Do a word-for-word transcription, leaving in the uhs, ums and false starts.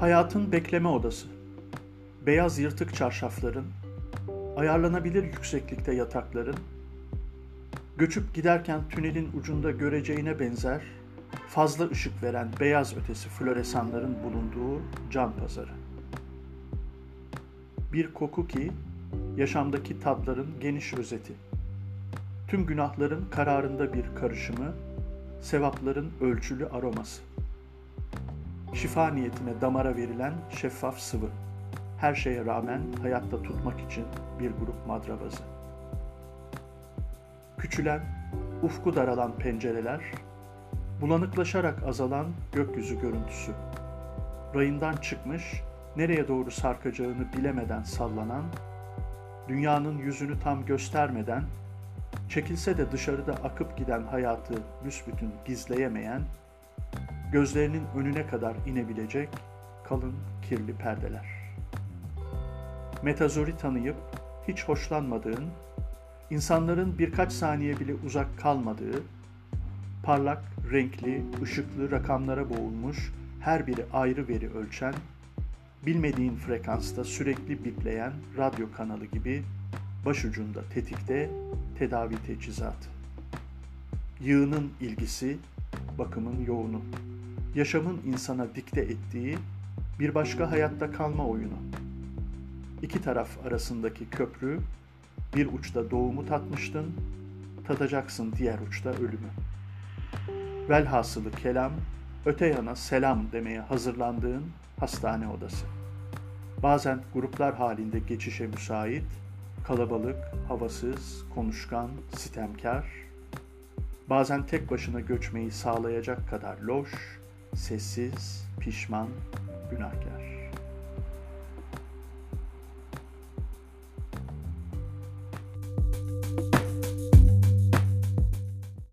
Hayatın bekleme odası. Beyaz yırtık çarşafların, ayarlanabilir yükseklikte yatakların, göçüp giderken tünelin ucunda göreceğine benzer, fazla ışık veren beyaz ötesi floresanların bulunduğu can pazarı. Bir koku ki, yaşamdaki tatların geniş özeti. Tüm günahların kararında bir karışımı, sevapların ölçülü aroması. Şifa niyetine damara verilen şeffaf sıvı. Her şeye rağmen hayatta tutmak için bir grup madrabazı. Küçülen, ufku daralan pencereler, bulanıklaşarak azalan gökyüzü görüntüsü. Rayından çıkmış, nereye doğru sarkacağını bilemeden sallanan, dünyanın yüzünü tam göstermeden, çekilse de dışarıda akıp giden hayatı büsbütün gizleyemeyen, gözlerinin önüne kadar inebilecek kalın kirli perdeler. Metazori tanıyıp hiç hoşlanmadığın, insanların birkaç saniye bile uzak kalmadığı, parlak, renkli, ışıklı rakamlara boğulmuş, her biri ayrı veri ölçen, bilmediğin frekansta sürekli bipleyen radyo kanalı gibi başucunda tetikte tedavi teçhizatı. Yığının ilgisi, bakımın yoğunu. Yaşamın insana dikte ettiği bir başka hayatta kalma oyunu. İki taraf arasındaki köprü, bir uçta doğumu tatmıştın, tadacaksın diğer uçta ölümü. Velhasılı kelam, öte yana selam demeye hazırlandığın hastane odası. Bazen gruplar halinde geçişe müsait, kalabalık, havasız, konuşkan, sitemkar, bazen tek başına göçmeyi sağlayacak kadar loş, sessiz, pişman, günahkar.